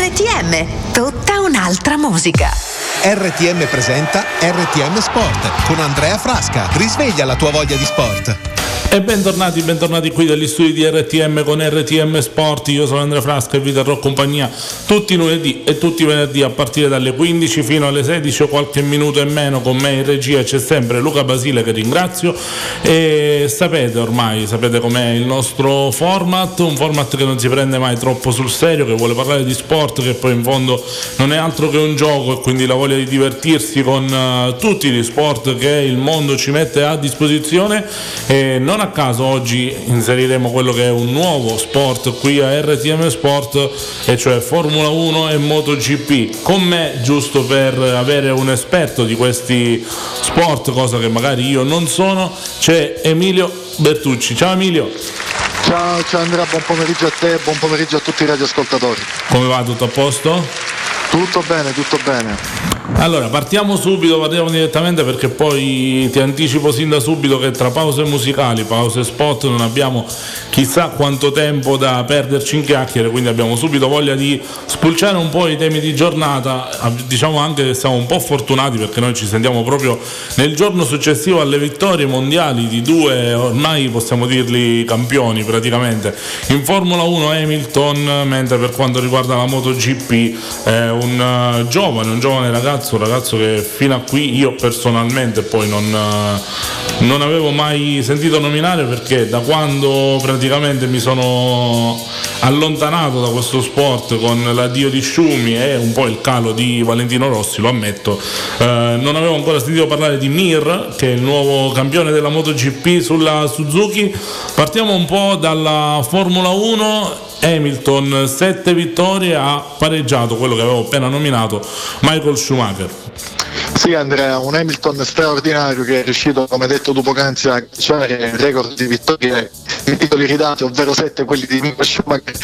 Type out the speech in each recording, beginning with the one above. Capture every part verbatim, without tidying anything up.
R T M, tutta un'altra musica. R T M presenta R T M Sport con Andrea Frasca. Risveglia la tua voglia di sport. E bentornati, bentornati qui dagli studi di R T M con R T M Sport. Io sono Andrea Frasca e vi terrò compagnia tutti i lunedì e tutti i venerdì a partire dalle quindici fino alle sedici o qualche minuto e meno. Con me in regia c'è sempre Luca Basile, che ringrazio. E sapete ormai, sapete com'è il nostro format, un format che non si prende mai troppo sul serio, che vuole parlare di sport, che poi in fondo non è altro che un gioco, e quindi la voglia di divertirsi con uh, tutti gli sport che il mondo ci mette a disposizione. E non a caso oggi inseriremo quello che è un nuovo sport qui a R T M Sport, e cioè Formula uno e MotoGP. Con me, giusto per avere un esperto di questi sport, cosa che magari io non sono, c'è Emilio Bertucci. Ciao Emilio. Ciao, ciao Andrea, buon pomeriggio a te, buon pomeriggio a tutti i radioascoltatori. Come va, tutto a posto? Tutto bene, tutto bene. Allora, partiamo subito, partiamo direttamente, perché poi ti anticipo sin da subito che tra pause musicali, pause spot, non abbiamo chissà quanto tempo da perderci in chiacchiere, quindi abbiamo subito voglia di spulciare un po' i temi di giornata. Diciamo anche che siamo un po' fortunati, perché noi ci sentiamo proprio nel giorno successivo alle vittorie mondiali di due, ormai possiamo dirli campioni praticamente, in Formula uno Hamilton, mentre per quanto riguarda la MotoGP è un uh, giovane, un giovane ragazzo, un ragazzo che fino a qui io personalmente poi non, uh, non avevo mai sentito nominare, perché da quando praticamente mi sono allontanato da questo sport con l'addio di Schumi e un po' il calo di Valentino Rossi, lo ammetto, uh, non avevo ancora sentito parlare di Mir, che è il nuovo campione della MotoGP sulla Suzuki. Partiamo un po' dalla Formula uno. Hamilton, sette vittorie, ha pareggiato quello che avevo appena nominato, Michael Schumacher. Sì Andrea, un Hamilton straordinario che è riuscito, come detto tu poc'anzi, a cacciare il record di vittorie di titoli ridati, ovvero sette quelli di Michael Schumacher,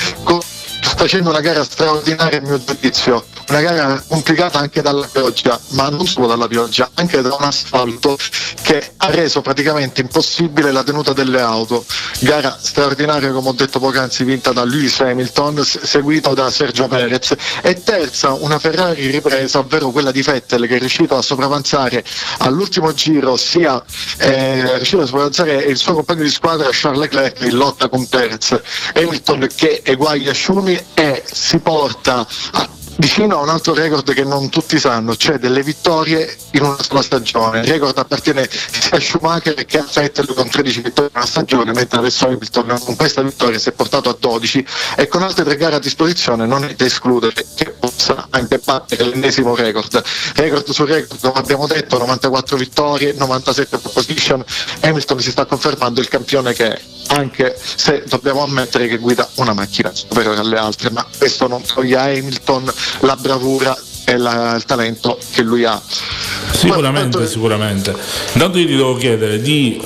facendo una gara straordinaria a mio giudizio, una gara complicata anche dalla pioggia, ma non solo dalla pioggia, anche da un asfalto che ha reso praticamente impossibile la tenuta delle auto. Gara straordinaria, come ho detto poc'anzi, vinta da Lewis Hamilton, seguito da Sergio Perez, e terza una Ferrari ripresa, ovvero quella di Vettel, che è riuscito a sopravanzare all'ultimo giro sia eh, è riuscito a sopravanzare il suo compagno di squadra Charles Leclerc in lotta con Perez. Hamilton che eguaglia Schumi e si porta a vicino a un altro record che non tutti sanno, cioè delle vittorie in una sola stagione. Il record appartiene sia a Schumacher che a Vettel con tredici vittorie in una stagione, mentre adesso Hamilton con questa vittoria si è portato a dodici, e con altre tre gare a disposizione non è da escludere che possa anche battere l'ennesimo record. Record su record, come abbiamo detto, novantaquattro vittorie, novantasette position. Hamilton si sta confermando il campione che è, anche se dobbiamo ammettere che guida una macchina superiore alle altre, ma questo non toglie a Hamilton la bravura e la, il talento che lui ha. Sicuramente, Quanto... sicuramente. Intanto io ti devo chiedere di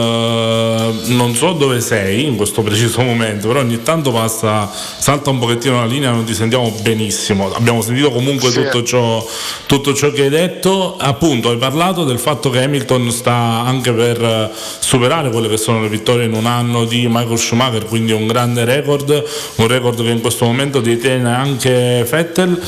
eh, non so dove sei in questo preciso momento, però ogni tanto passa, salta un pochettino la linea, non ti sentiamo benissimo. Abbiamo sentito comunque sì. tutto ciò, tutto ciò che hai detto. Appunto, hai parlato del fatto che Hamilton sta anche per superare quelle che sono le vittorie in un anno di Michael Schumacher, quindi un grande record, un record che in questo momento detiene anche Vettel.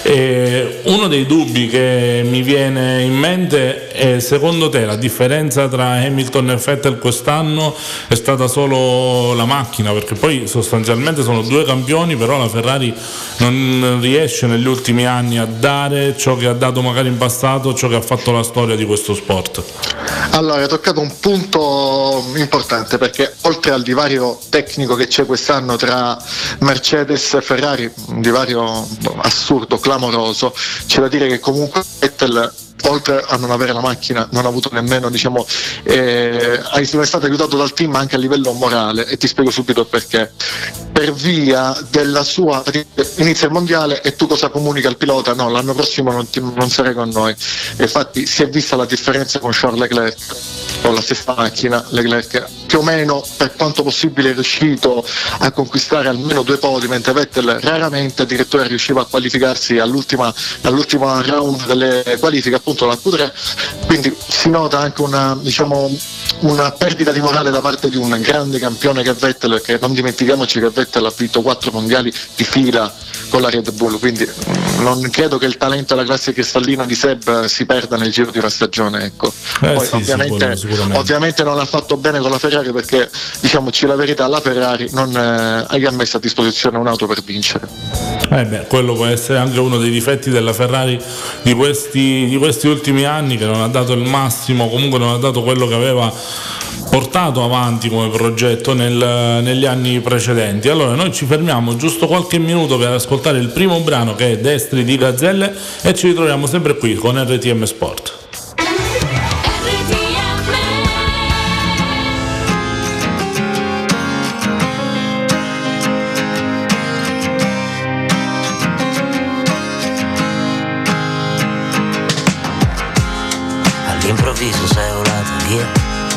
E uno dei dubbi che mi viene in mente è: secondo te la differenza tra Hamilton e Vettel quest'anno è stata solo la macchina? Perché poi sostanzialmente sono due campioni, però la Ferrari non riesce negli ultimi anni a dare ciò che ha dato magari in passato, ciò che ha fatto la storia di questo sport. Allora, hai toccato un punto importante, perché oltre al divario tecnico che c'è quest'anno tra Mercedes e Ferrari, un divario assurdo, clamoroso, c'è da dire che comunque Vettel, oltre a non avere la macchina, non ha avuto nemmeno, diciamo, eh, è stato aiutato dal team anche a livello morale, e ti spiego subito perché. Per via della sua, inizia il mondiale e tu cosa comunica al pilota? No, l'anno prossimo non, ti, non sarai con noi. E infatti si è vista la differenza con Charles Leclerc, con la stessa macchina. Leclerc più o meno, per quanto possibile, è riuscito a conquistare almeno due podi, mentre Vettel raramente, addirittura riusciva a qualificarsi all'ultima, all'ultima round delle qualifiche, appunto la Q tre. Quindi si nota anche una, diciamo, una perdita di morale da parte di un grande campione che è Vettel, perché non dimentichiamoci che Vettel ha vinto quattro mondiali di fila con la Red Bull, quindi non credo che il talento e la classe cristallina di Seb si perda nel giro di una stagione, ecco. Eh Poi sì, ovviamente, sicuramente. ovviamente non ha fatto bene con la Ferrari, perché diciamoci la verità, la Ferrari non eh, gli ha messo a disposizione un'auto per vincere. Eh beh, quello può essere anche uno dei difetti della Ferrari di questi, di questi ultimi anni, che non ha dato il massimo, comunque non ha dato quello che aveva portato avanti come progetto nel, negli anni precedenti. Allora noi ci fermiamo giusto qualche minuto per ascoltare il primo brano, che è Destri di Gazzelle, e ci ritroviamo sempre qui con R T M Sport. All'improvviso sei volato via,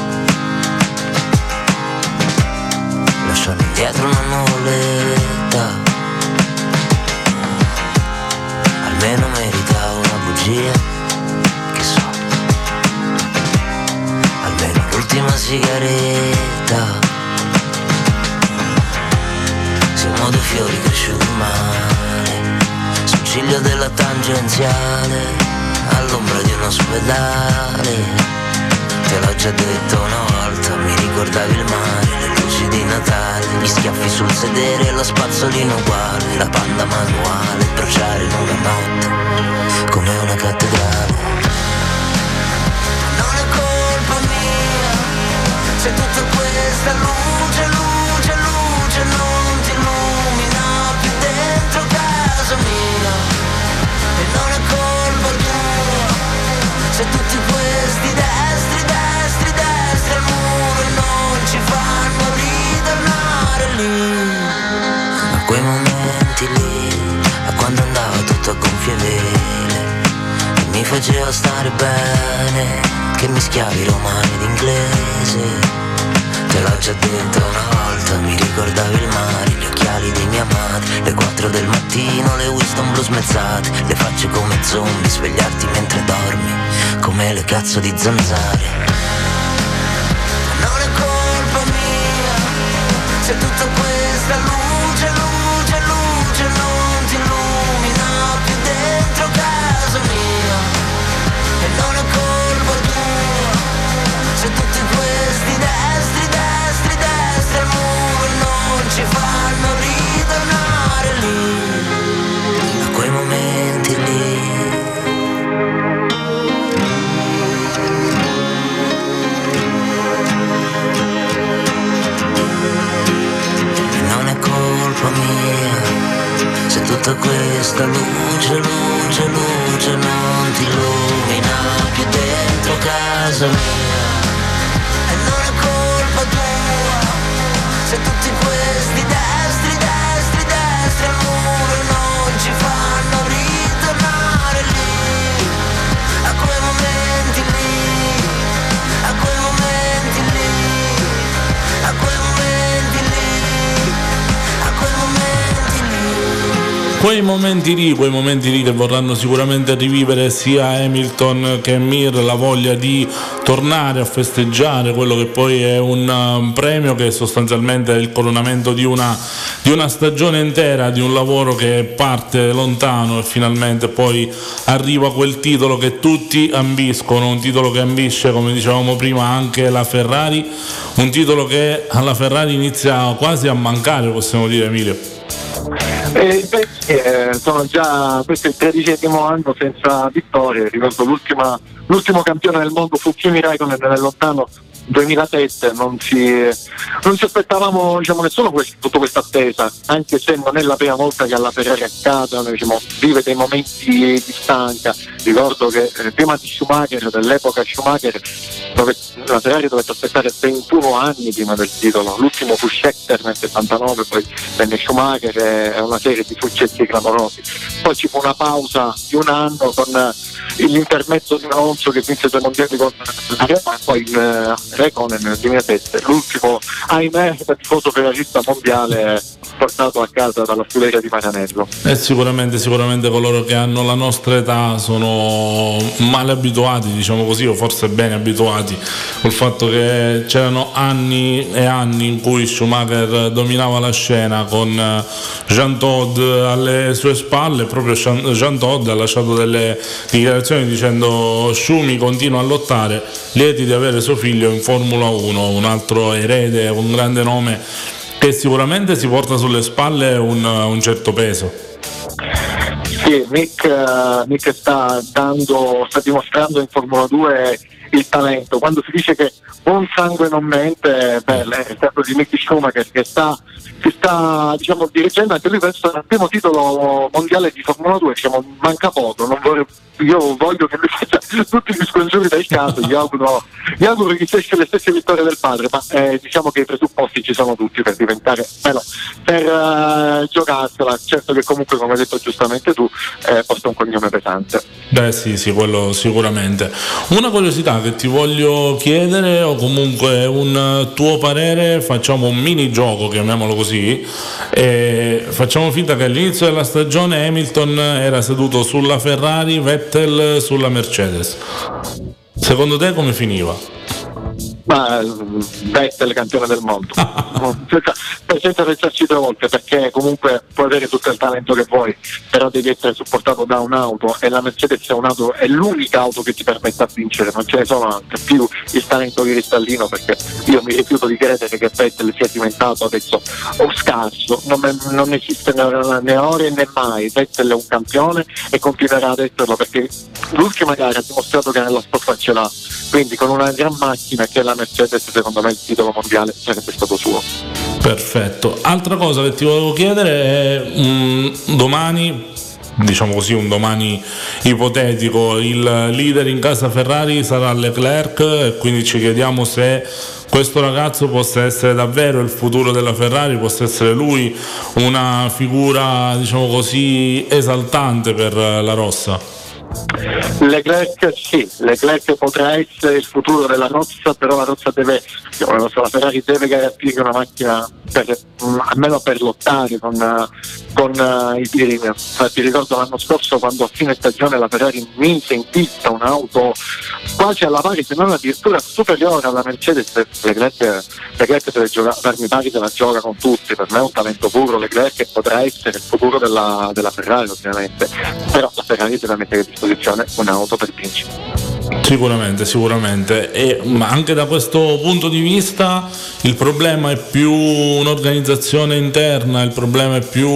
lasciando indietro una nuvoletta. Almeno meritavo una bugia, che so, almeno l'ultima sigaretta. Siamo due fiori cresciuti male, sul ciglio della tangenziale, all'ombra di un ospedale. Te l'ho già detto una volta, mi ricordavi il mare, le luci di Natale, gli schiaffi sul sedere, lo spazzolino uguale, la panda manuale, bruciare in una notte come una cattedrale. Non è colpa mia se tutta questa luce, luce, luce non ti illumina più dentro casa mia. E non è colpa tua se tutti questi destri, destri, destri al muro non ci fanno ritornare lì. A quei momenti lì, a quando andava tutto a gonfie vele e mi faceva stare bene, che mischiavi romano ed inglese. Te l'ho già detto una volta, mi ricordavi il mare, gli occhiali di mia madre, le quattro del mattino, le Winston blu smezzate, le facce come zombie, svegliarti mentre dormi come le cazzo di zanzare. Non è colpa mia se tutta questa luce, luce, luce non ti illumina più dentro casa mia. E non è colpa tua se tutti questi destri, destri, destri al muro non ci fanno ritornare lì. A quei momenti lì. Colpa mia se tutta questa luce, luce, luce non ti illumina più dentro casa mia. E non è colpa tua se tutti questi destri, destri, destri al muro non ci fanno ritornare lì. A quei momenti lì, a quei momenti lì, a quei momenti lì. Quei momenti lì, quei momenti lì che vorranno sicuramente rivivere sia Hamilton che Mir, la voglia di tornare a festeggiare quello che poi è un, un premio che sostanzialmente è il coronamento di una, di una stagione intera, di un lavoro che parte lontano e finalmente poi arriva quel titolo che tutti ambiscono, un titolo che ambisce, come dicevamo prima, anche la Ferrari, un titolo che alla Ferrari inizia quasi a mancare, possiamo dire, Emilio. Eh, beh, eh, sono già, questo è il tredicesimo anno senza vittorie. Ricordo l'ultima, l'ultimo campione del mondo fu Kimi Räikkönen nel lontano duemilasette. Non ci, non ci aspettavamo, diciamo, nessuno questo, tutta questa attesa, anche se non è la prima volta che alla Ferrari accade, diciamo, vive dei momenti di stanca. Ricordo che eh, prima di Schumacher, dell'epoca Schumacher, dove la Ferrari dovette aspettare ventuno anni prima del titolo. L'ultimo fu Scheckter nel settantanove, poi venne Schumacher e una serie di successi clamorosi. Poi ci fu una pausa di un anno con eh, l'intermezzo di Alonso che vinse due mondiali con la Renault, e poi il Räikkönen nel duemilasette, l'ultimo, ahimè, tifoso ferrarista mondiale portato a casa dalla scuderia di Maranello. E sicuramente, sicuramente coloro che hanno la nostra età sono male abituati, diciamo così, o forse bene abituati col fatto che c'erano anni e anni in cui Schumacher dominava la scena con Jean Todt alle sue spalle. Proprio Jean Todt ha lasciato delle dichiarazioni dicendo: Schumi continua a lottare, lieti di avere suo figlio in Formula uno, un altro erede, un grande nome che sicuramente si porta sulle spalle un, un certo peso. Sì, Mick, uh, Mick sta dando, sta dimostrando in Formula due il talento. Quando si dice che buon sangue non mente, beh, è il caso di Mick Schumacher che sta, si sta diciamo, dirigendo anche lui verso il primo titolo mondiale di Formula due, diciamo, manca poco. Non vorrei, io voglio che lui faccia tutti gli scongiuri del caso, gli auguro, gli auguro che sia le stesse vittorie del padre, ma eh, diciamo che i presupposti ci sono tutti per diventare, però, per uh, giocarsela. Certo che comunque, come hai detto giustamente tu, eh, porta un cognome pesante. Beh sì, sì, quello sicuramente. Una curiosità che ti voglio chiedere, o comunque un tuo parere, facciamo un mini gioco, chiamiamolo così, e facciamo finta che all'inizio della stagione Hamilton era seduto sulla Ferrari, Vettel sulla Mercedes. Secondo te come finiva? Ma Vettel campione del mondo, senza, senza pensarci due volte, perché comunque puoi avere tutto il talento che vuoi, però devi essere supportato da un'auto, e la Mercedes è un'auto, è l'unica auto che ti permette a vincere, non ce ne sono altre, più il talento di Cristallino, perché io mi rifiuto di credere che Vettel sia diventato adesso o scarso, non, è, non esiste né, né ora né mai. Vettel è un campione e continuerà ad esserlo, perché l'ultima gara ha dimostrato che nella stoffa ce l'ha, quindi con una gran macchina che è la Mercedes, secondo me il titolo mondiale sarebbe stato suo. Perfetto. Altra cosa che ti volevo chiedere è um, domani, diciamo così, un domani ipotetico, il leader in casa Ferrari sarà Leclerc, e quindi ci chiediamo se questo ragazzo possa essere davvero il futuro della Ferrari, possa essere lui una figura, diciamo così, esaltante per la rossa. Leclerc sì, Leclerc potrà essere il futuro della Rozza, però la Rozza deve, la Ferrari deve garantire una macchina per, almeno per lottare con, con uh, i Pirelli. Infatti ricordo l'anno scorso, quando a fine stagione la Ferrari mise in pista un'auto quasi alla pari, se non addirittura superiore alla Mercedes. Leclerc, Leclerc deve giocare, darmi pari se la gioca con tutti, per me è un talento puro Leclerc, e potrà essere il futuro della, della Ferrari ovviamente, però la Ferrari deve mettere a disposizione un'auto per vincere. Sicuramente, sicuramente, e ma anche da questo punto di vista il problema è più un'organizzazione interna, il problema è più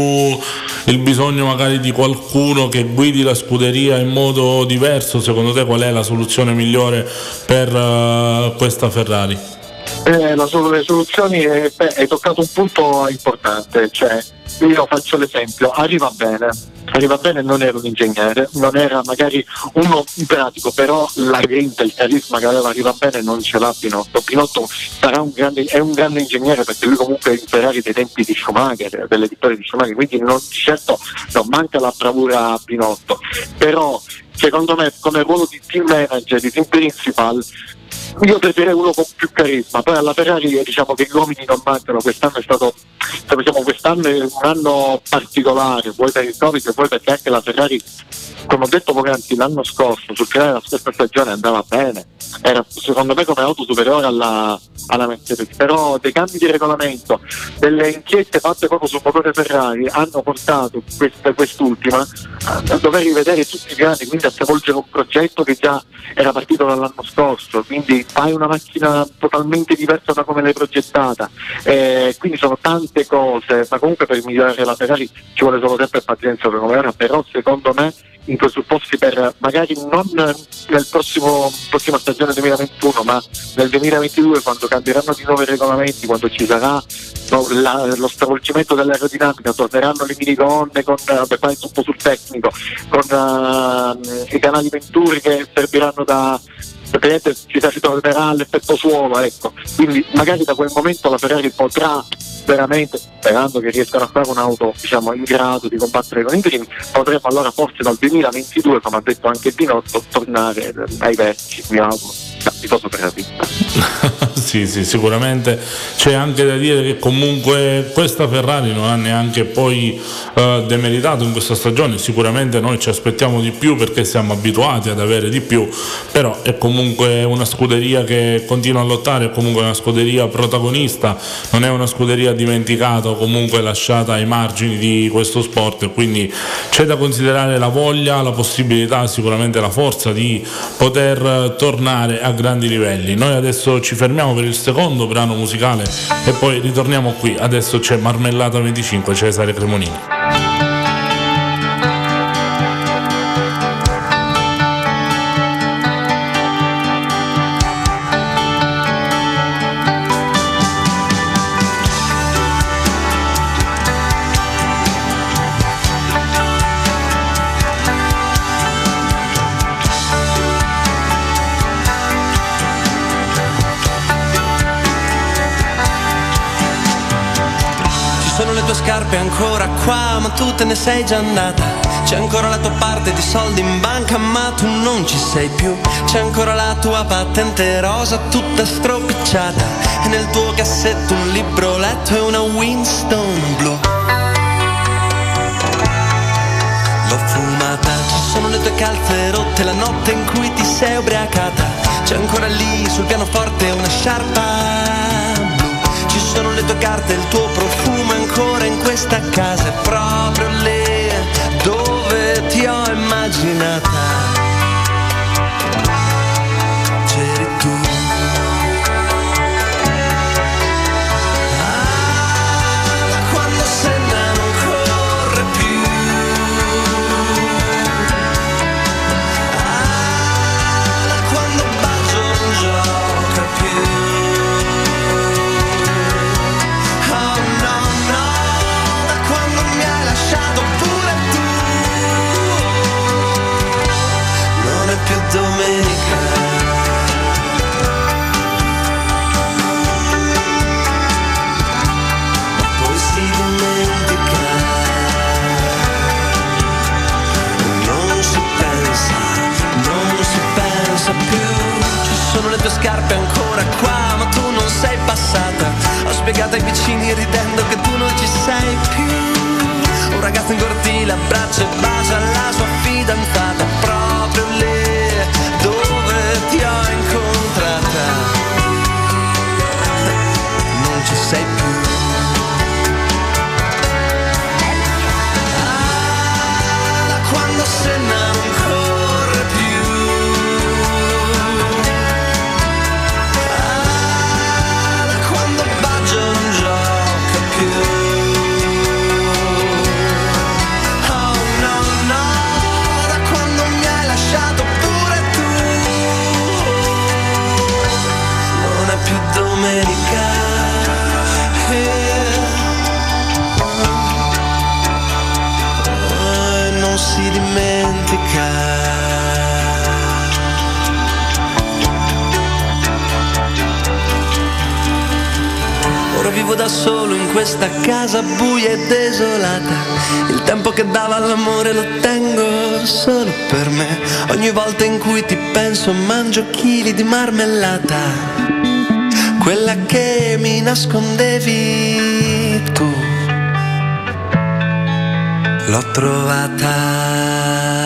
il bisogno magari di qualcuno che guidi la scuderia in modo diverso. Secondo te qual è la soluzione migliore per uh, questa Ferrari? Eh, la, le soluzioni, eh, beh, hai toccato un punto importante, cioè io faccio l'esempio, arriva bene, arriva bene, non era un ingegnere, non era magari uno pratico, però la grinta, il carisma che aveva arriva bene non ce l'ha Binotto. Binotto sarà un grande, è un grande ingegnere, perché lui comunque è in Ferrari dei tempi di Schumacher, delle vittorie di Schumacher, quindi non, certo non manca la bravura a Binotto, però secondo me come ruolo di team manager, di team principal, io preferirei uno con più carisma. Poi alla Ferrari diciamo che gli uomini non mancano, quest'anno è stato, diciamo, quest'anno è un anno particolare, vuoi per il Covid, vuoi perché anche la Ferrari, come ho detto poc'anzi, l'anno scorso, sul finale della scorsa stagione andava bene, era secondo me come auto superiore alla, alla Mercedes, però dei cambi di regolamento, delle inchieste fatte proprio sul motore Ferrari hanno portato questa, quest'ultima a dover rivedere tutti i piani, quindi a stravolgere un progetto che già era partito dall'anno scorso, quindi fai una macchina totalmente diversa da come l'hai progettata, eh, quindi sono tante cose, ma comunque per migliorare la Ferrari ci vuole solo tempo e pazienza come ora, però secondo me in presupposti per magari non nel prossimo prossima stagione duemilaventuno, ma nel duemilaventidue, quando cambieranno di nuovo i regolamenti, quando ci sarà no, la, lo stravolgimento dell'aerodinamica, torneranno le minigonne con, per fare tutto sul tecnico, con uh, i canali Venturi che serviranno da praticamente ci si ritornerà all'effetto suolo, ecco, quindi magari da quel momento la Ferrari potrà veramente, sperando che riescano a fare un'auto diciamo in grado di combattere con i primi, potremo allora forse dal duemilaventidue, come ha detto anche Binotto, tornare ai vertici, mi auguro. tifoso Ferrari. Sì, sì, sicuramente c'è anche da dire che comunque questa Ferrari non ha neanche poi eh, demeritato in questa stagione. Sicuramente noi ci aspettiamo di più perché siamo abituati ad avere di più, però è comunque una scuderia che continua a lottare, è comunque una scuderia protagonista, non è una scuderia dimenticata o comunque lasciata ai margini di questo sport, e quindi c'è da considerare la voglia, la possibilità, sicuramente la forza di poter tornare a grandi livelli. Noi adesso ci fermiamo per il secondo brano musicale e poi ritorniamo qui. Adesso c'è Marmellata venticinque, Cesare Cremonini. Scarpe ancora qua, ma tu te ne sei già andata. C'è ancora la tua parte di soldi in banca, ma tu non ci sei più. C'è ancora la tua patente rosa tutta stropicciata, e nel tuo cassetto un libro letto e una Winston blu. L'ho fumata, ci sono le tue calze rotte, la notte in cui ti sei ubriacata. C'è ancora lì sul pianoforte una sciarpa. Ci sono le tue carte, il tuo profumo è ancora in questa casa, è proprio lì dove ti ho immaginata. C'eri tu. Ah, da quando Senna non corre più. Ah, da quando Baggio non gioca più. Domenica ma poi si dimentica, non si pensa, non si pensa più. Ci sono le tue scarpe ancora qua, ma tu non sei passata. Ho spiegato ai vicini ridendo che tu non ci sei più. Un ragazzo in cortile abbraccia e bacia la sua fidanzata, proprio lì dove ti ho incontrata. Non ci sei più. Ah, da quando Senna non corre più. Ah, da quando Baggio non gioca più. Oh no no, da quando mi hai lasciato pure tu. Non è più domenica, yeah. Oh, e non si dimentica. Ora vivo da solo in questa casa buia e desolata. Il tempo che dava all'amore lo tengo solo per me. Ogni volta in cui ti penso mangio chili di marmellata, quella che mi nascondevi tu. L'ho trovata.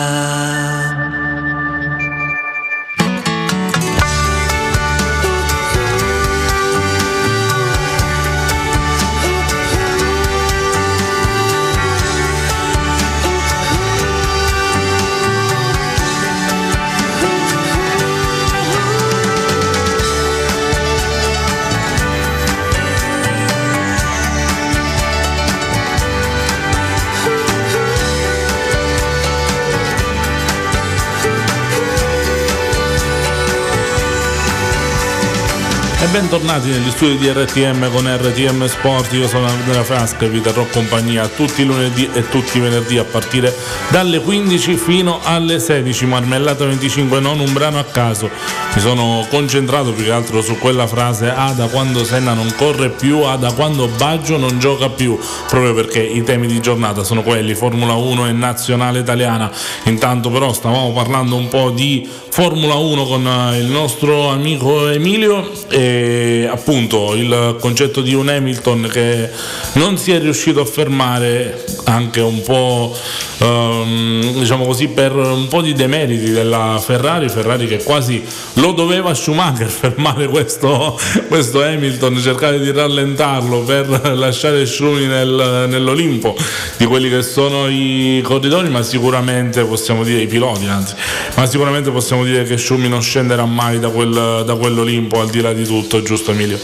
E bentornati negli studi di R T M con R T M Sport. Io sono Andrea Frasca e vi terrò compagnia tutti i lunedì e tutti i venerdì a partire dalle quindici fino alle sedici. Marmellata venticinque, non un brano a caso. Mi sono concentrato più che altro su quella frase: ah, da quando Senna non corre più, ah, da quando Baggio non gioca più, proprio perché i temi di giornata sono quelli, Formula uno e nazionale italiana. Intanto però stavamo parlando un po' di Formula uno con il nostro amico Emilio, e appunto il concetto di un Hamilton che non si è riuscito a fermare, anche un po' ehm, diciamo così per un po' di demeriti della Ferrari Ferrari che quasi lo doveva Schumacher fermare questo, questo Hamilton, cercare di rallentarlo per lasciare Schumi nel, nell'Olimpo di quelli che sono i corridori, ma sicuramente possiamo dire i piloti anzi ma sicuramente possiamo dire che Schumi non scenderà mai da, quel, da quell'Olimpo, al di là di tutto, giusto Emilio?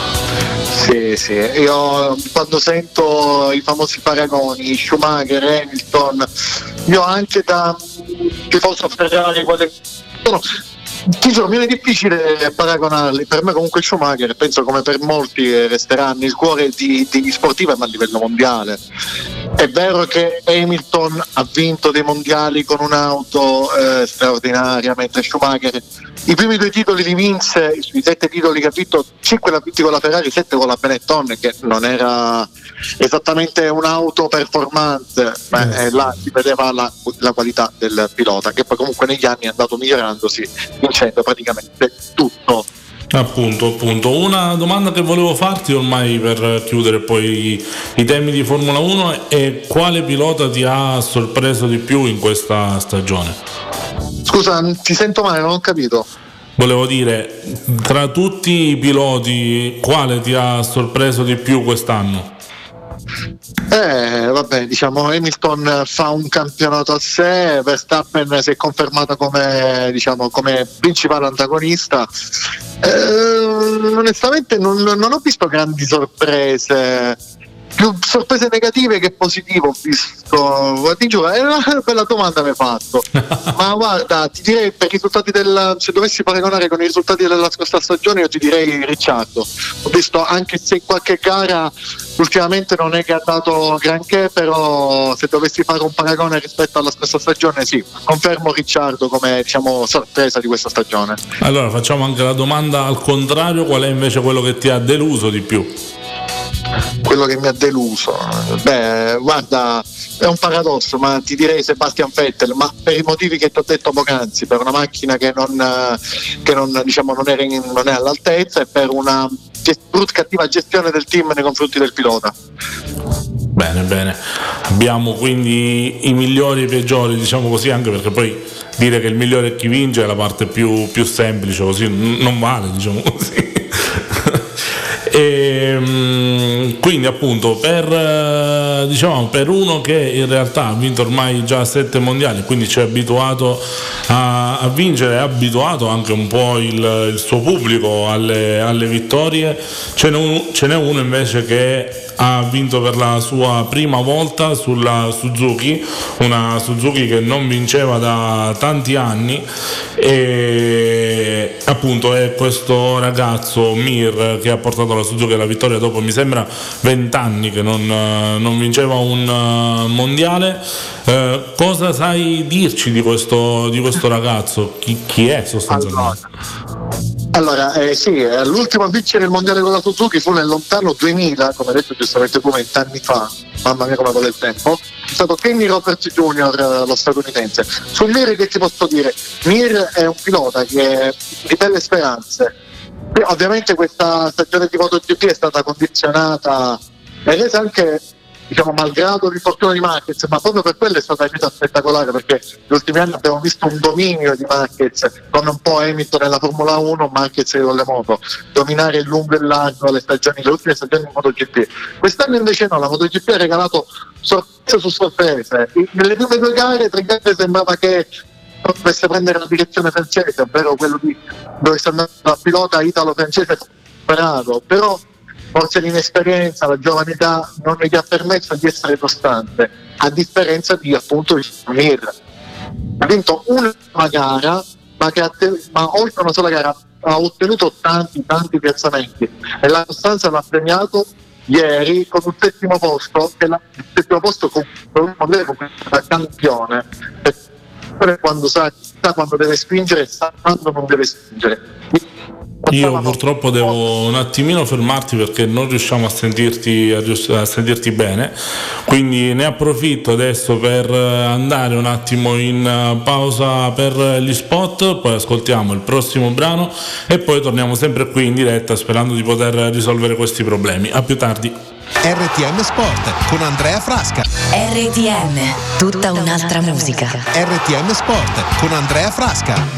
Sì, sì, io quando sento i famosi paragoni, Schumacher, Hamilton, io anche da tifoso Ferrari, quale sono, ti giuro, mi è difficile paragonarli. Per me comunque Schumacher, penso come per molti, resterà nel cuore di, degli sportivi, ma a livello mondiale. È vero che Hamilton ha vinto dei mondiali con un'auto eh, straordinaria, mentre Schumacher i primi due titoli li vinse, sui sette titoli che ha vinto, cinque l'ha vinti con la Ferrari, sette con la Benetton, che non era esattamente un'auto performante, ma eh, là si vedeva la, la qualità del pilota, che poi comunque negli anni è andato migliorandosi, vincendo praticamente tutto. Appunto, appunto. Una domanda che volevo farti ormai per chiudere poi i, i temi di Formula uno è: quale pilota ti ha sorpreso di più in questa stagione? Scusa, ti sento male, non ho capito. Volevo dire, tra tutti i piloti, quale ti ha sorpreso di più quest'anno? Eh, vabbè, diciamo Hamilton fa un campionato a sé, Verstappen si è confermato come, diciamo, come principale antagonista. Eh, onestamente non, non ho visto grandi sorprese, più sorprese negative che positive ho visto. Ti giuro, è una bella domanda mi hai fatto. Ma guarda, ti direi, per i risultati del, se dovessi paragonare con i risultati della scorsa stagione, io ti direi Ricciardo. Ho visto, anche se in qualche gara ultimamente non è che ha dato granché, però se dovessi fare un paragone rispetto alla scorsa stagione, sì, confermo Ricciardo come, diciamo, sorpresa di questa stagione. Allora facciamo anche la domanda al contrario: qual è invece quello che ti ha deluso di più? Quello che mi ha deluso, beh, guarda, è un paradosso, ma ti direi Sebastian Vettel, ma per i motivi che ti ho detto poc'anzi, per una macchina che non, che non, diciamo, non, era in, non è all'altezza, e per una gest- brutta cattiva gestione del team nei confronti del pilota. Bene, bene, abbiamo quindi i migliori e i peggiori, diciamo così, anche perché poi dire che il migliore è chi vince è la parte più, più semplice, così non vale, diciamo così. E quindi appunto per, diciamo, per uno che in realtà ha vinto ormai già sette mondiali, quindi ci è abituato a, a vincere, è abituato anche un po' il, il suo pubblico alle, alle vittorie, ce n'è, un, ce n'è uno invece che ha vinto per la sua prima volta sulla Suzuki, una Suzuki che non vinceva da tanti anni, e appunto è questo ragazzo Mir che ha portato la Suzuki alla vittoria dopo, mi sembra, vent'anni che non, non vinceva un mondiale. Eh, cosa sai dirci di questo, di questo ragazzo? Chi, chi è sostanzialmente? Allora, allora eh, sì, l'ultimo a vincere il mondiale con la Suzuki fu nel lontano duemila, come hai detto giustamente tu, vent'anni fa, mamma mia come vuole il tempo. È stato Kenny Roberts Junior, lo statunitense. Su Mir che ti posso dire? Mir è un pilota che è di belle speranze. Ovviamente questa stagione di MotoGP è stata condizionata e resa anche, diciamo, malgrado l'infortunio di Marquez, ma proprio per quello è stata una spettacolare, perché negli ultimi anni abbiamo visto un dominio di Marquez, come un po' Hamilton nella Formula uno, Marquez con le moto, dominare il lungo e il largo le stagioni, le ultime stagioni di MotoGP. Quest'anno invece no, la MotoGP ha regalato sorprese su sorprese. Nelle prime due gare, tre gare, sembrava che dovesse prendere la direzione francese, ovvero quello di dove sta andando la pilota italo-francese sperato, però forse l'inesperienza, la giovane età non gli ha permesso di essere costante, a differenza di appunto il Mir. Ha vinto una gara, ma, che ha te- ma oltre una sola gara ha ottenuto tanti tanti piazzamenti, e la costanza l'ha premiato ieri con un settimo posto, che la, il settimo posto con un modello da campione, quando sa, sa quando deve spingere e sa quando non deve spingere. Io purtroppo devo un attimino fermarti perché non riusciamo a sentirti, a, rius- a sentirti bene, quindi ne approfitto adesso per andare un attimo in pausa per gli spot, poi ascoltiamo il prossimo brano e poi torniamo sempre qui in diretta sperando di poter risolvere questi problemi. A più tardi. R T M Sport con Andrea Frasca. R T M, tutta un'altra musica. R T M Sport con Andrea Frasca.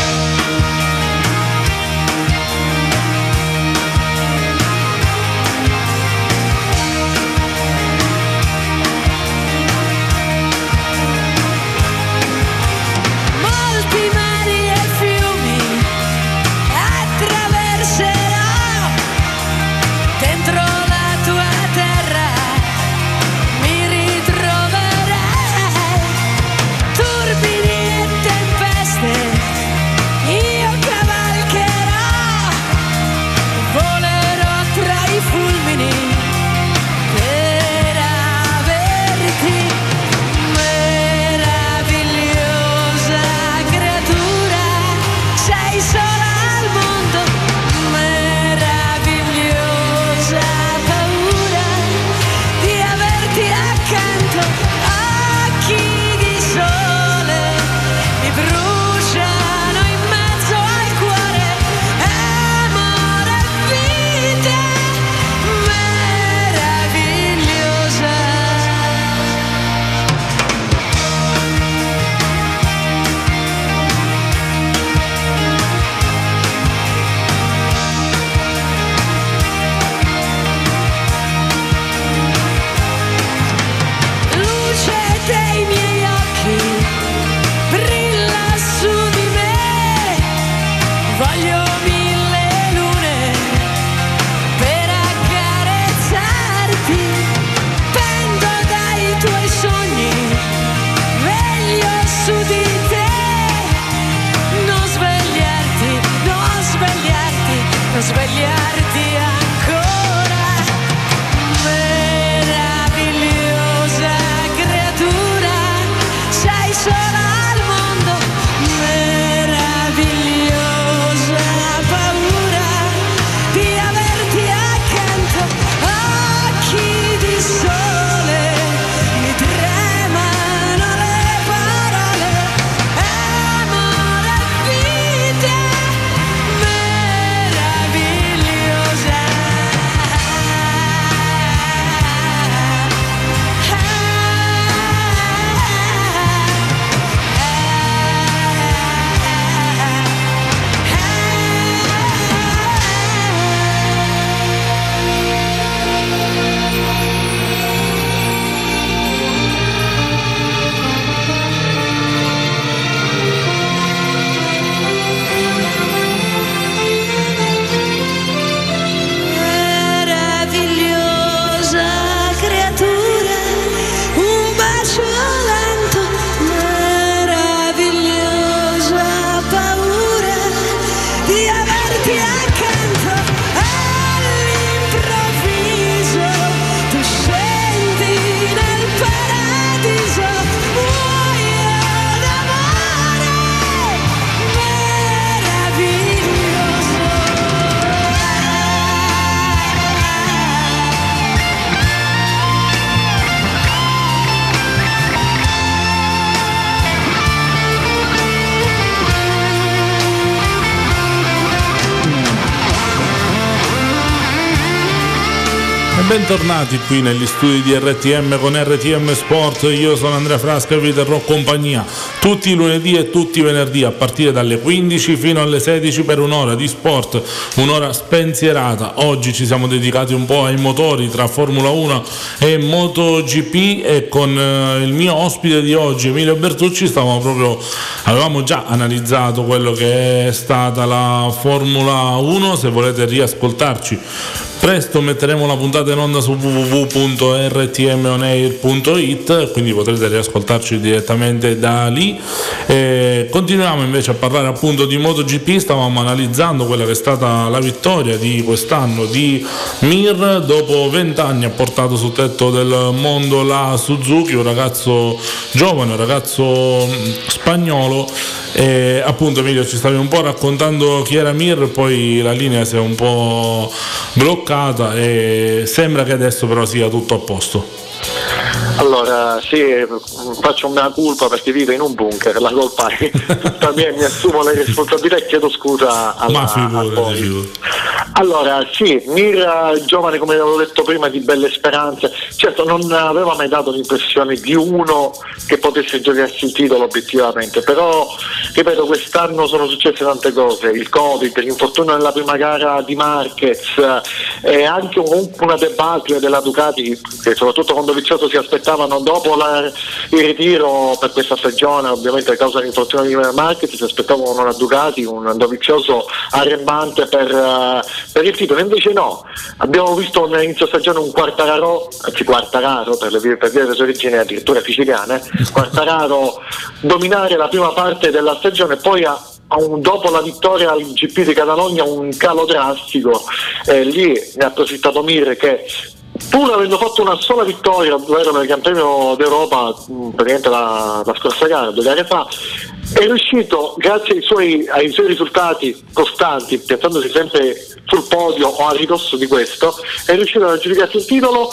Bentornati qui negli studi di R T M con R T M Sport. Io sono Andrea Frasca e vi terrò compagnia tutti i lunedì e tutti i venerdì a partire dalle quindici fino alle sedici per un'ora di sport, un'ora spensierata. Oggi ci siamo dedicati un po' ai motori tra Formula uno e MotoGP e con eh, il mio ospite di oggi, Emilio Bertucci, stavamo proprio avevamo già analizzato quello che è stata la Formula uno. Se volete riascoltarci Presto metteremo la puntata in onda su w w w punto r t m on air punto i t, quindi potrete riascoltarci direttamente da lì. E continuiamo invece a parlare appunto di MotoGP. Stavamo analizzando quella che è stata la vittoria di quest'anno di Mir. Dopo vent'anni ha portato sul tetto del mondo la Suzuki, un ragazzo giovane, un ragazzo spagnolo. E appunto Emilio, ci stavi un po' raccontando chi era Mir, poi la linea si è un po' bloccata e sembra che adesso però sia tutto a posto. Allora, sì, faccio una colpa perché vivo in un bunker, la colpa è tutta mia, mi assumo le responsabilità e chiedo scusa alla, Ma figurati, a figurati. Allora, sì, Mir, giovane come avevo detto prima, di belle speranze, certo non aveva mai dato l'impressione di uno che potesse giocarsi il titolo obiettivamente, però ripeto, quest'anno sono successe tante cose, il Covid, l'infortunio nella prima gara di Marquez e anche un, una debacle della Ducati che soprattutto con Dovizioso si aspettavano dopo la, il ritiro per questa stagione, ovviamente a causa dell'infortunio di Marquez si aspettavano una Ducati, un Dovizioso arrembante per, uh, per il titolo, invece no, abbiamo visto un inizio stagione un Quartararo, anzi Quartararo per le, per le sue origini addirittura siciliane, Quartararo dominare la prima parte della stagione e poi a Un, dopo la vittoria al G P di Catalogna un calo drastico, eh, lì ne ha approfittato Mir che pur avendo fatto una sola vittoria, ovvero nel Gran Premio d'Europa praticamente la, la scorsa gara, due gare fa, è riuscito grazie ai suoi, ai suoi risultati costanti, piazzandosi sempre sul podio o a ridosso di questo, è riuscito ad aggiudicarsi il titolo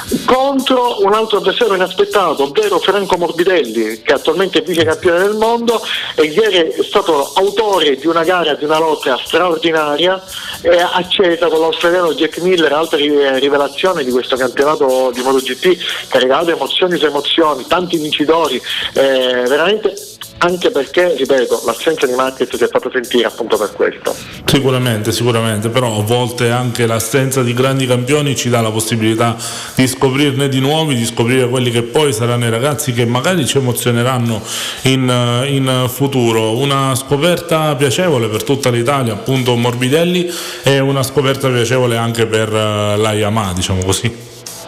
contro un altro avversario inaspettato, ovvero Franco Morbidelli, che attualmente è vice campione del mondo e ieri è stato autore di una gara, di una lotta straordinaria e accesa con l'australiano Jack Miller, altra rivelazione di questo campionato di MotoGP che ha regalato emozioni su emozioni, tanti vincitori, eh, veramente, anche perché, ripeto, l'assenza di Marquez si è fatta sentire appunto per questo. Sicuramente, sicuramente, però a volte anche l'assenza di grandi campioni ci dà la possibilità di scoprirne di nuovi, di scoprire quelli che poi saranno i ragazzi che magari ci emozioneranno in, in futuro. Una scoperta piacevole per tutta l'Italia, appunto Morbidelli, e una scoperta piacevole anche per la Yamaha, diciamo così.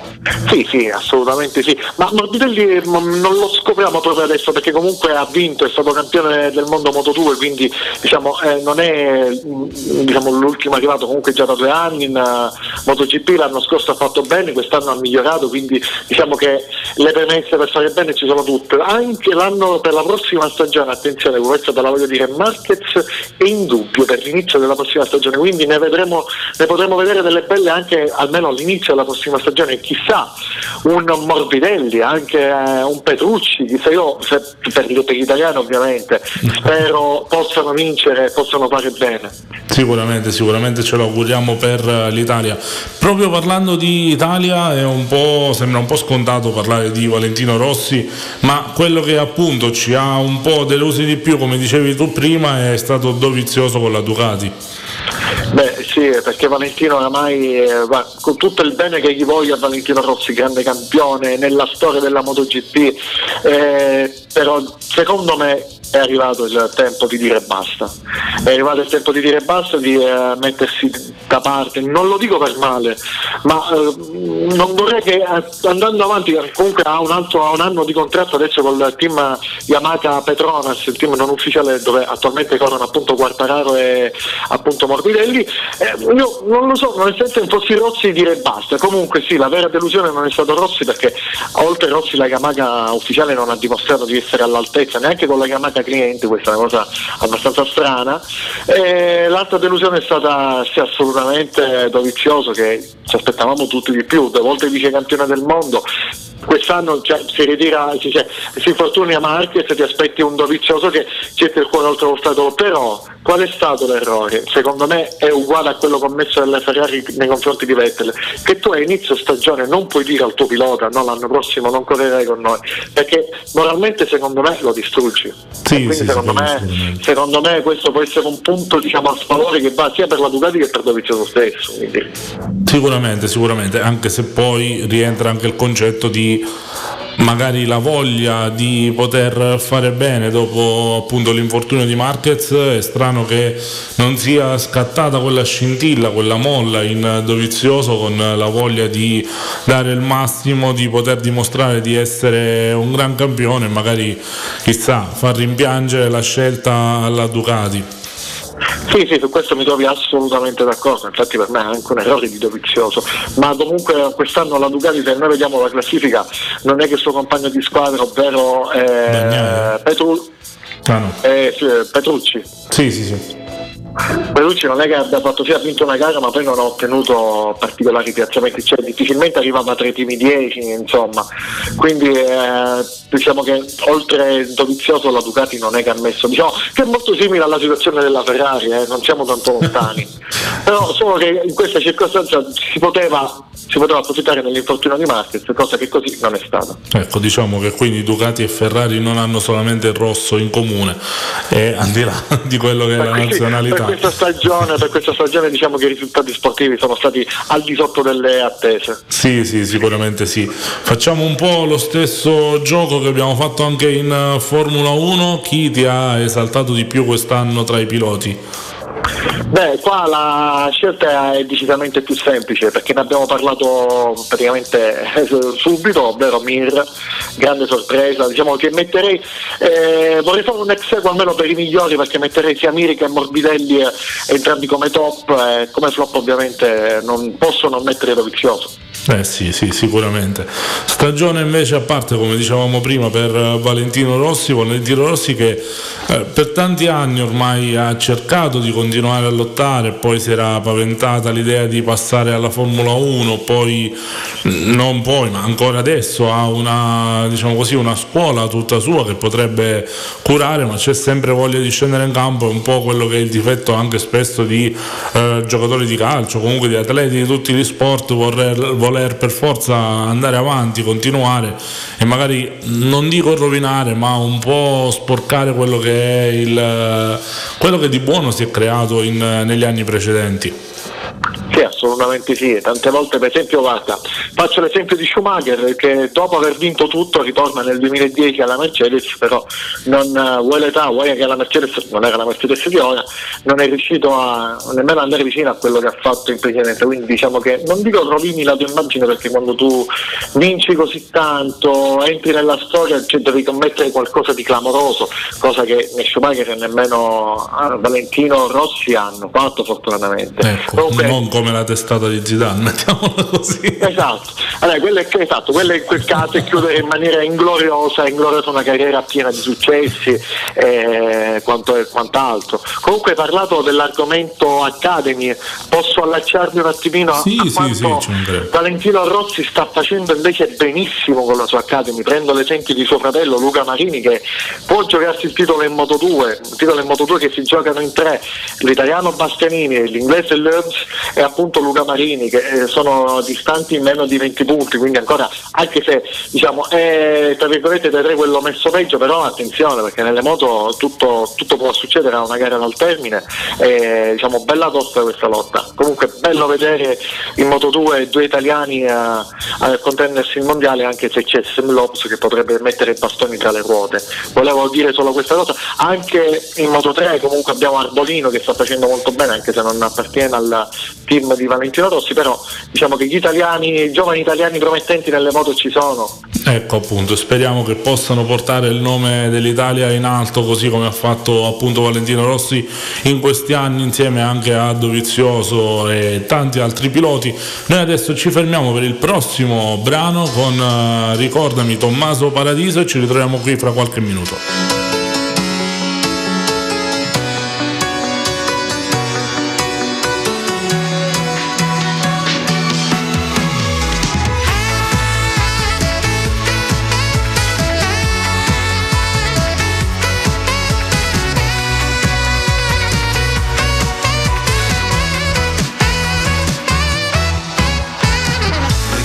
Sì, sì, assolutamente sì, ma Morbidelli non lo scopriamo proprio adesso perché comunque ha vinto, è stato campione del mondo Moto due, quindi diciamo eh, non è diciamo, l'ultimo arrivato, comunque già da due anni in uh, MotoGP, l'anno scorso ha fatto bene, quest'anno ha migliorato, quindi diciamo che le premesse per fare bene ci sono tutte, anche l'anno per la prossima stagione, attenzione, questo te la voglio dire, Marquez è in dubbio per l'inizio della prossima stagione, quindi ne vedremo, ne potremo vedere delle belle anche almeno all'inizio della prossima stagione, chissà un Morbidelli, anche eh, un Petrucci, chissà io, se, per, per gli italiani ovviamente, spero possano vincere, possano fare bene. Sicuramente, sicuramente ce lo auguriamo per l'Italia. Proprio parlando di Italia è un po', sembra un po' scontato parlare di Valentino Rossi, ma quello che appunto ci ha un po' delusi di più, come dicevi tu prima, è stato Dovizioso con la Ducati. Beh sì, perché Valentino oramai eh, va, con tutto il bene che gli voglio a Valentino Rossi, grande campione nella storia della MotoGP, eh, però secondo me è arrivato il tempo di dire basta, è arrivato il tempo di dire basta, di eh, mettersi da parte, non lo dico per male, ma eh, non vorrei che eh, andando avanti, comunque ha un altro ha un anno di contratto adesso col team Yamaha Petronas, il team non ufficiale dove attualmente corrono appunto Quartararo e appunto Morbidelli, eh, io non lo so, non sento in fossi Rossi dire basta, comunque sì, la vera delusione non è stato Rossi perché oltre Rossi la Yamaha ufficiale non ha dimostrato di essere all'altezza neanche con la Yamaha cliente, questa è una cosa abbastanza strana, e l'altra delusione è stata sì, assolutamente Dovizioso, che ci aspettavamo tutti di più, due volte vice campione del mondo, quest'anno cioè, si ritira, si, cioè, si infortuni a Marquez, ti aspetti un Dovizioso che getta il cuore oltre lo stato, però qual è stato l'errore? Secondo me è uguale a quello commesso dalle Ferrari nei confronti di Vettel, che tu a inizio stagione non puoi dire al tuo pilota no, l'anno prossimo non correrai con noi, perché moralmente secondo me lo distruggi. Sì, quindi sì, secondo, me, secondo me questo può essere un punto diciamo a sfavore che va sia per la Ducati che per Dovizioso stesso, quindi. Sicuramente, sicuramente, anche se poi rientra anche il concetto di magari la voglia di poter fare bene dopo appunto l'infortunio di Marquez. È strano che non sia scattata quella scintilla, quella molla in Dovizioso, con la voglia di dare il massimo, di poter dimostrare di essere un gran campione e magari, chissà, far rimpiangere la scelta alla Ducati. Sì, sì, su questo mi trovi assolutamente d'accordo, infatti per me è anche un errore di Dovizioso, ma comunque quest'anno la Ducati, se noi vediamo la classifica, non è che il suo compagno di squadra, ovvero eh, Petru- ah, no. eh, sì, Petrucci. Sì, sì, sì. Petrucci non è che abbia fatto, sì, ha vinto una gara ma poi non ha ottenuto particolari piazzamenti, cioè difficilmente arrivava tra i primi dieci, insomma, quindi eh, diciamo che oltre Dovizioso la Ducati non è che ha messo, diciamo che è molto simile alla situazione della Ferrari, eh, non siamo tanto lontani, però solo che in questa circostanza si poteva si poteva approfittare dell'infortunio di Marquez, cosa che così non è stata. Ecco, diciamo che quindi Ducati e Ferrari non hanno solamente il rosso in comune, e al di là di quello che è per la questi, nazionalità. Per questa stagione, per questa stagione diciamo che i risultati sportivi sono stati al di sotto delle attese. Sì, sì, sicuramente sì. Facciamo un po' lo stesso gioco che abbiamo fatto anche in Formula uno. Chi ti ha esaltato di più quest'anno tra i piloti? Beh, qua la scelta è decisamente più semplice perché ne abbiamo parlato praticamente subito, ovvero Mir, grande sorpresa, diciamo che metterei, eh, vorrei fare un ex equo almeno per i migliori, perché metterei sia Mir che Morbidelli eh, entrambi come top, e eh, come flop ovviamente non posso non mettere Dovizioso. Eh sì, sì, sicuramente. Stagione invece a parte, come dicevamo prima, per Valentino Rossi, Valentino Rossi che eh, per tanti anni ormai ha cercato di continuare a lottare, poi si era paventata l'idea di passare alla Formula uno, poi non poi, ma ancora adesso ha una, diciamo così, una scuola tutta sua che potrebbe curare, ma c'è sempre voglia di scendere in campo, è un po' quello che è il difetto anche spesso di eh, giocatori di calcio, comunque di atleti di tutti gli sport, voler, voler per forza andare avanti, continuare e magari non dico rovinare, ma un po' sporcare quello che è il quello che di buono si è creato in, negli anni precedenti. Sì, assolutamente sì, tante volte per esempio guarda, faccio l'esempio di Schumacher che dopo aver vinto tutto ritorna nel duemiladieci alla Mercedes, però non vuoi l'età, vuoi che la Mercedes non era la Mercedes di ora, non è riuscito a nemmeno andare vicino a quello che ha fatto in precedenza, quindi diciamo che non dico rovini la tua immagine, perché quando tu vinci così tanto, entri nella storia, cioè devi commettere qualcosa di clamoroso, cosa che né Schumacher e nemmeno ah, Valentino Rossi hanno fatto fortunatamente. Ecco, comunque, non come la testata di Zidane, mettiamola così. Esatto, allora, quello è, esatto, quello è in quel caso è chiudere in maniera ingloriosa, ingloriosa una carriera piena di successi e quanto, e quant'altro. Comunque hai parlato dell'argomento Academy, posso allacciarmi un attimino a, sì, a sì, quanto sì, Valentino Rossi sta facendo invece benissimo con la sua Academy. Prendo l'esempio di suo fratello Luca Marini, che può giocarsi il titolo in Moto due, un titolo in Moto due che si giocano in tre, l'italiano Bastianini, l'inglese Learns e appunto Luca Marini, che eh, sono distanti in meno di venti punti, quindi ancora, anche se diciamo è tra virgolette da tre quello messo peggio, però attenzione perché nelle moto tutto, tutto può succedere a una gara dal termine, e, diciamo bella tosta questa lotta. Comunque bello vedere in Moto due due italiani a, a contendersi il mondiale, anche se c'è Sam Lopes che potrebbe mettere i bastoni tra le ruote. Volevo dire solo questa cosa. Anche in Moto tre comunque abbiamo Arbolino che sta facendo molto bene, anche se non appartiene al team di Valentino Rossi, però diciamo che gli italiani, i giovani italiani promettenti nelle moto ci sono. Ecco appunto, speriamo che possano portare il nome dell'Italia in alto, così come ha fatto appunto Valentino Rossi in questi anni insieme anche a Dovizioso e tanti altri piloti. Noi adesso ci fermiamo per il prossimo brano con uh, Ricordami Tommaso Paradiso e ci ritroviamo qui fra qualche minuto.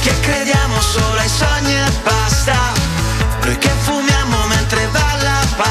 Solo ai sogni e basta, noi che fumiamo mentre va la pasta.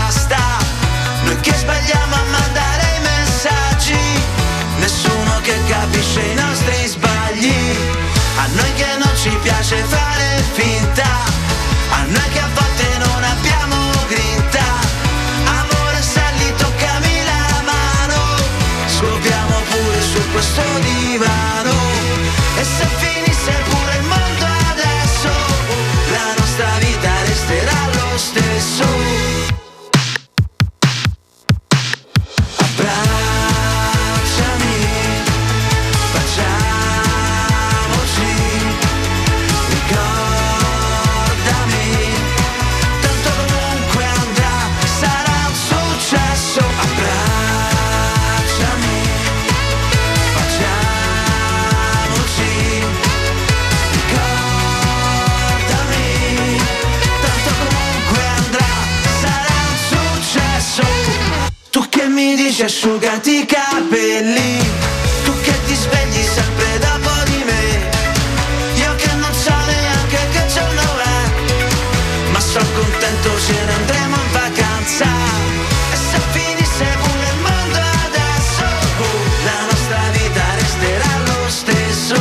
mi dici asciugati i capelli, tu che ti svegli sempre dopo di me, io che non so neanche che giorno è, ma sono contento ce ne andremo in vacanza, e se finisse pure il mondo adesso, la nostra vita resterà lo stesso.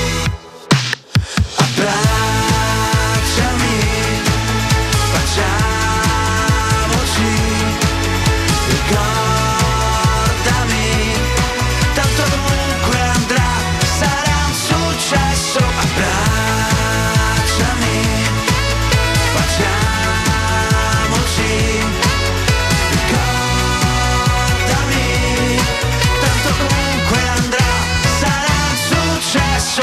Abbracciami, facciamoci, ricordami, tanto comunque andrà, sarà un successo. Abbracciami, facciamoci, ricordami, tanto comunque andrà, sarà un successo.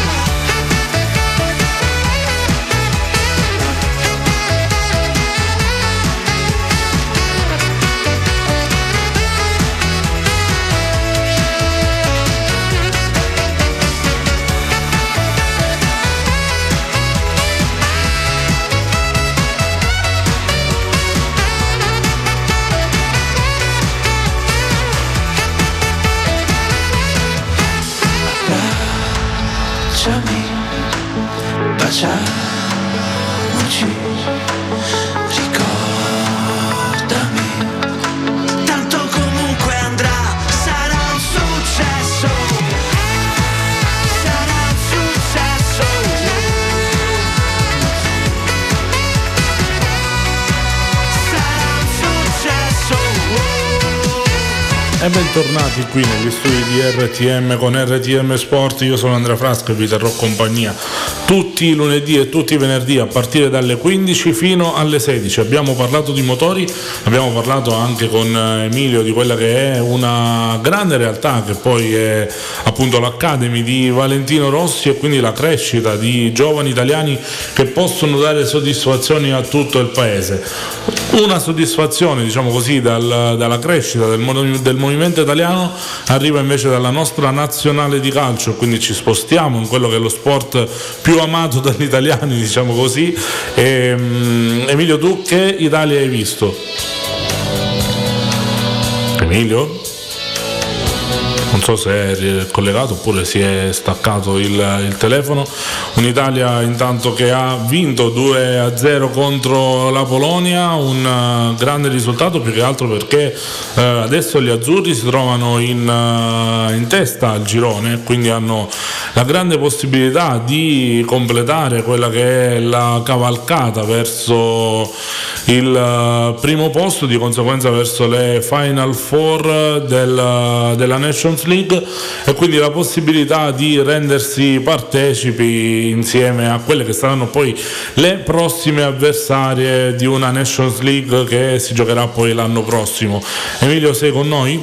Baciami, baciamoci, ricordami, tanto comunque andrà, sarà un successo, sarà un successo, sarà un successo. E bentornati qui negli studi di R T M con R T M Sport. Io sono Andrea Frasca e vi terrò compagnia tutti i lunedì e tutti i venerdì a partire dalle quindici fino alle sedici. Abbiamo parlato di motori, abbiamo parlato anche con Emilio di quella che è una grande realtà che poi è appunto l'Academy di Valentino Rossi, e quindi la crescita di giovani italiani che possono dare soddisfazioni a tutto il paese. Una soddisfazione, diciamo così, dal, dalla crescita del, del movimento italiano arriva invece dalla nostra nazionale di calcio, quindi ci spostiamo in quello che è lo sport più amato dagli italiani, diciamo così. E, um, Emilio, tu che Italia hai visto? Emilio? Non so se è collegato oppure si è staccato il, il telefono. Un'Italia intanto che ha vinto due a zero contro la Polonia, un uh, grande risultato più che altro perché uh, adesso gli azzurri si trovano in, uh, in testa al girone, quindi hanno la grande possibilità di completare quella che è la cavalcata verso il uh, primo posto, di conseguenza verso le Final Four del, della Nations League, e quindi la possibilità di rendersi partecipi insieme a quelle che saranno poi le prossime avversarie di una Nations League che si giocherà poi l'anno prossimo. Emilio, sei con noi?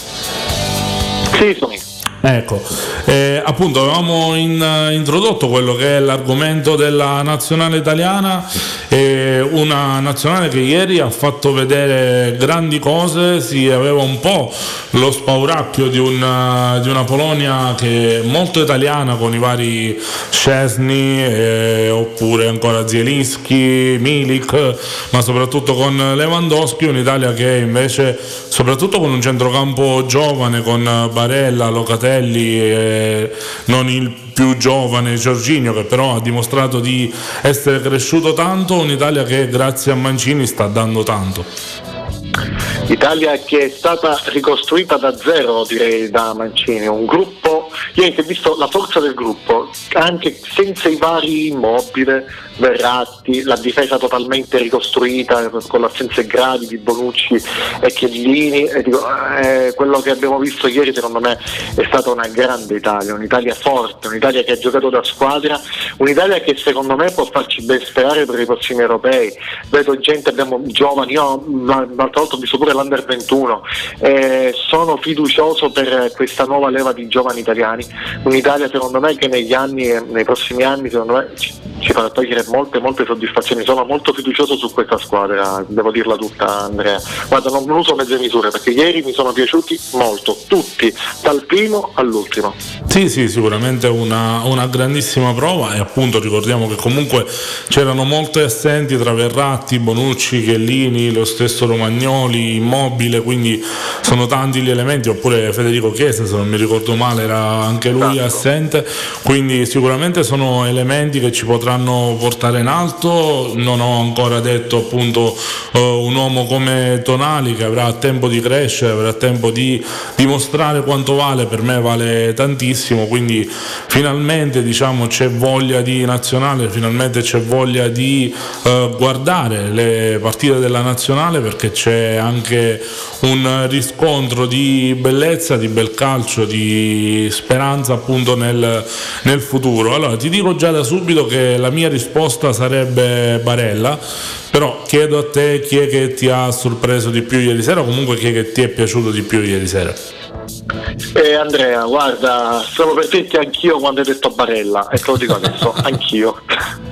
Sì, sono. Ecco, eh, appunto avevamo in, introdotto quello che è l'argomento della nazionale italiana, eh, una nazionale che ieri ha fatto vedere grandi cose, si aveva un po' lo spauracchio di una, di una Polonia che è molto italiana, con i vari Szczesny, eh, oppure ancora Zielinski, Milik, ma soprattutto con Lewandowski, un'Italia che invece, soprattutto con un centrocampo giovane, con Barella, Locatelli, e non il più giovane Jorginho, che però ha dimostrato di essere cresciuto tanto, un'Italia che grazie a Mancini sta dando tanto. Italia che è stata ricostruita da zero, direi, da Mancini, un gruppo, ieri si è visto la forza del gruppo, anche senza i vari Immobile, Verratti, la difesa totalmente ricostruita con l'assenza gravi di Bonucci e Chiellini, e dico, eh, quello che abbiamo visto ieri secondo me è stata una grande Italia, un'Italia forte, un'Italia che ha giocato da squadra, un'Italia che secondo me può farci ben sperare per i prossimi europei. Vedo gente, abbiamo giovani, io l'altra volta ho visto pure l'Under ventuno, eh, sono fiducioso per questa nuova leva di giovani italiani. italiani, un'Italia secondo me che negli anni e nei prossimi anni secondo me ci, ci farà togliere molte molte soddisfazioni. Sono molto fiducioso su questa squadra, devo dirla tutta, Andrea. Guarda, non uso mezze misure perché ieri mi sono piaciuti molto, tutti, dal primo all'ultimo. Sì, sì, sicuramente una, una grandissima prova, e appunto ricordiamo che comunque c'erano molte assenti tra Verratti, Bonucci, Chiellini, lo stesso Romagnoli, Immobile, quindi sono tanti gli elementi, oppure Federico Chiesa, se non mi ricordo male, era anche lui assente, quindi sicuramente sono elementi che ci potranno portare in alto. Non ho ancora detto appunto uh, un uomo come Tonali, che avrà tempo di crescere, avrà tempo di dimostrare quanto vale, per me vale tantissimo, quindi finalmente diciamo c'è voglia di nazionale, finalmente c'è voglia di uh, guardare le partite della nazionale, perché c'è anche un riscontro di bellezza, di bel calcio, di speranza appunto nel, nel futuro. Allora ti dico già da subito che la mia risposta sarebbe Barella, però chiedo a te chi è che ti ha sorpreso di più ieri sera, o comunque chi è che ti è piaciuto di più ieri sera. Eh, Andrea, guarda, stavo per dirti anch'io quando hai detto Barella, e te lo dico adesso, anch'io.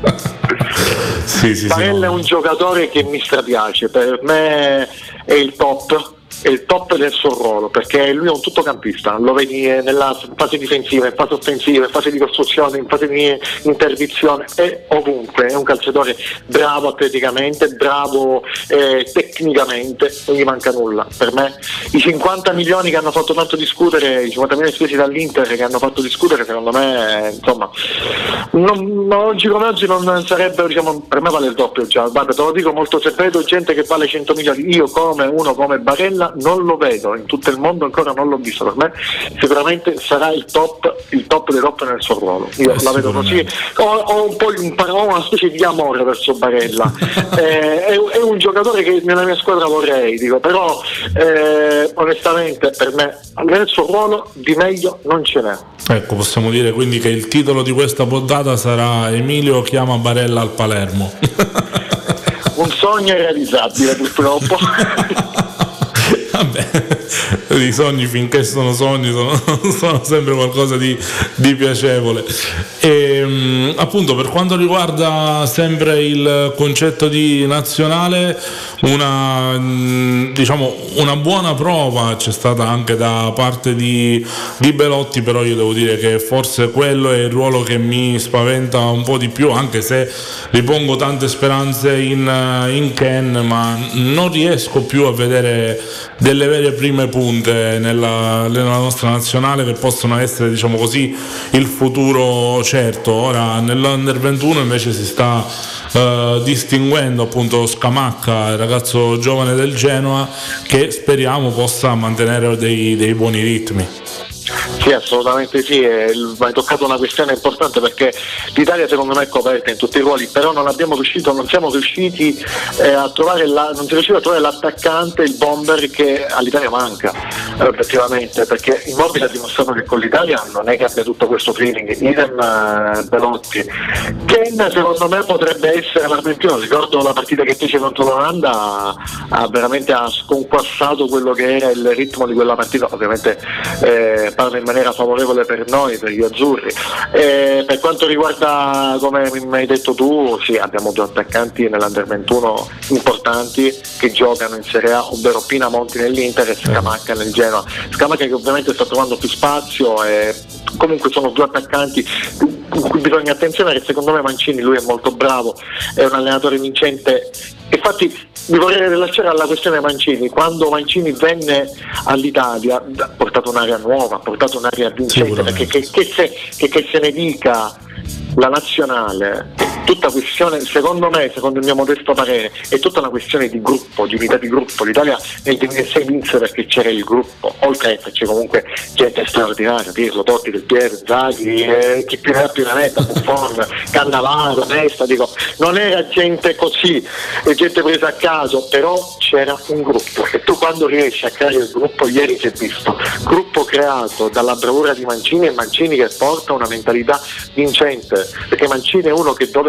Sì, sì, Barella sì, no. è un giocatore che mi strapiace, per me è il top, è il top del suo ruolo, perché lui è un tuttocampista, lo vedi nella fase difensiva, in fase offensiva, in fase di costruzione, in fase di interdizione, è ovunque, è un calciatore bravo atleticamente, bravo eh, tecnicamente, non gli manca nulla. Per me i cinquanta milioni che hanno fatto tanto discutere, i cinquanta milioni spesi dall'Inter che hanno fatto discutere, secondo me insomma non, oggi come oggi non sarebbe, diciamo, per me vale il doppio già. Guarda, te lo dico molto, se vedo gente che vale cento milioni, io come uno come Barella non lo vedo, in tutto il mondo ancora non l'ho visto. Per me sicuramente sarà il top, il top dei top nel suo ruolo, io eh, la vedo così. Ho, ho un po' ho una specie di amore verso Barella. eh, è, è un giocatore che nella mia squadra vorrei, dico, però eh, onestamente per me nel suo ruolo di meglio non ce n'è. Ecco, possiamo dire quindi che il titolo di questa puntata sarà Emilio chiama Barella al Palermo. Un sogno irrealizzabile purtroppo. Vabbè, i sogni finché sono sogni sono, sono sempre qualcosa di, di piacevole. E, appunto, per quanto riguarda sempre il concetto di nazionale, una, diciamo, una buona prova c'è stata anche da parte di, di Belotti, però io devo dire che forse quello è il ruolo che mi spaventa un po' di più, anche se ripongo tante speranze in, in Ken, ma non riesco più a vedere delle vere prime punte nella, nella nostra nazionale che possono essere, diciamo così, il futuro certo. Ora nell'Under ventuno invece si sta uh, distinguendo appunto Scamacca, il ragazzo giovane del Genoa, che speriamo possa mantenere dei, dei buoni ritmi. Sì, assolutamente sì, hai toccato una questione importante, perché l'Italia secondo me è coperta in tutti i ruoli, però non abbiamo riuscito, non siamo riusciti eh, a trovare la, non si è riuscito a trovare l'attaccante, il bomber che all'Italia manca, eh, effettivamente, perché Immobile ha dimostrato che con l'Italia non è che abbia tutto questo feeling, idem eh, Belotti. Ken secondo me potrebbe essere l'argentino, ricordo la partita che fece contro l'Olanda, ha veramente ha sconquassato quello che era il ritmo di quella partita, ovviamente eh, parla in maniera favorevole per noi, per gli azzurri. E per quanto riguarda, come mi hai detto tu, sì, abbiamo due attaccanti nell'Under ventuno importanti che giocano in Serie A, ovvero Pinamonti nell'Inter e Scamacca nel Genoa. Scamacca che ovviamente sta trovando più spazio, e comunque sono due attaccanti in cui bisogna attenzione, che secondo me Mancini, lui è molto bravo, è un allenatore vincente. Infatti mi vorrei rilasciare alla questione Mancini. Quando Mancini venne all'Italia ha portato un'area nuova, ha portato un'area vincente, perché che, che, se, che, che se ne dica la nazionale, tutta questione, secondo me, secondo il mio modesto parere, è tutta una questione di gruppo, di unità di gruppo. L'Italia nel duemilasei vinse perché c'era il gruppo, oltre a esserci comunque gente straordinaria, Pirlo, Totti, Del Piero, Zaghi, eh, chi più ne ha più ne metta, Buffon, Cannavaro, Nesta, dico, non era gente così, è gente presa a caso, però c'era un gruppo, e tu quando riesci a creare il gruppo, ieri si è visto, gruppo creato dalla bravura di Mancini, e Mancini che porta una mentalità vincente, perché Mancini è uno che dove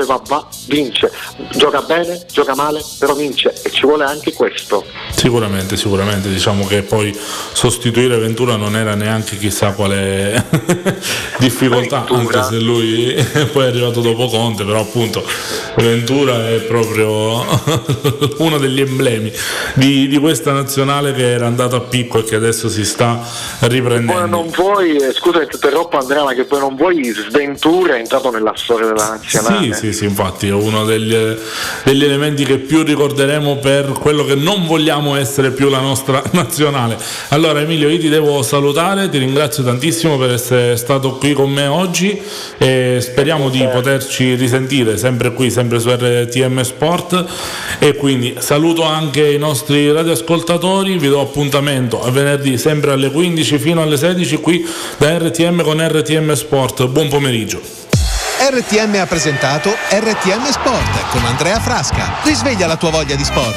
va, va, vince, gioca bene, gioca male, però vince, e ci vuole anche questo. Sicuramente, sicuramente, diciamo che poi sostituire Ventura non era neanche chissà quale difficoltà, Ventura. anche se lui poi è arrivato dopo Conte, però appunto Ventura è proprio uno degli emblemi di, di questa nazionale che era andata a picco e che adesso si sta riprendendo. Poi non vuoi, eh, scusa che ti interrompo Andrea, ma che poi non vuoi Sventura è entrato nella storia della nazionale. Sì, sì, sì, infatti è uno degli, degli elementi che più ricorderemo per quello che non vogliamo essere più la nostra nazionale. Allora Emilio, io ti devo salutare, ti ringrazio tantissimo per essere stato qui con me oggi e speriamo di poterci risentire sempre qui, sempre su R T M Sport, e quindi saluto anche i nostri radioascoltatori, vi do appuntamento a venerdì sempre alle quindici fino alle sedici qui da R T M con R T M Sport. Buon pomeriggio. R T M ha presentato R T M Sport con Andrea Frasca. Risveglia la tua voglia di sport.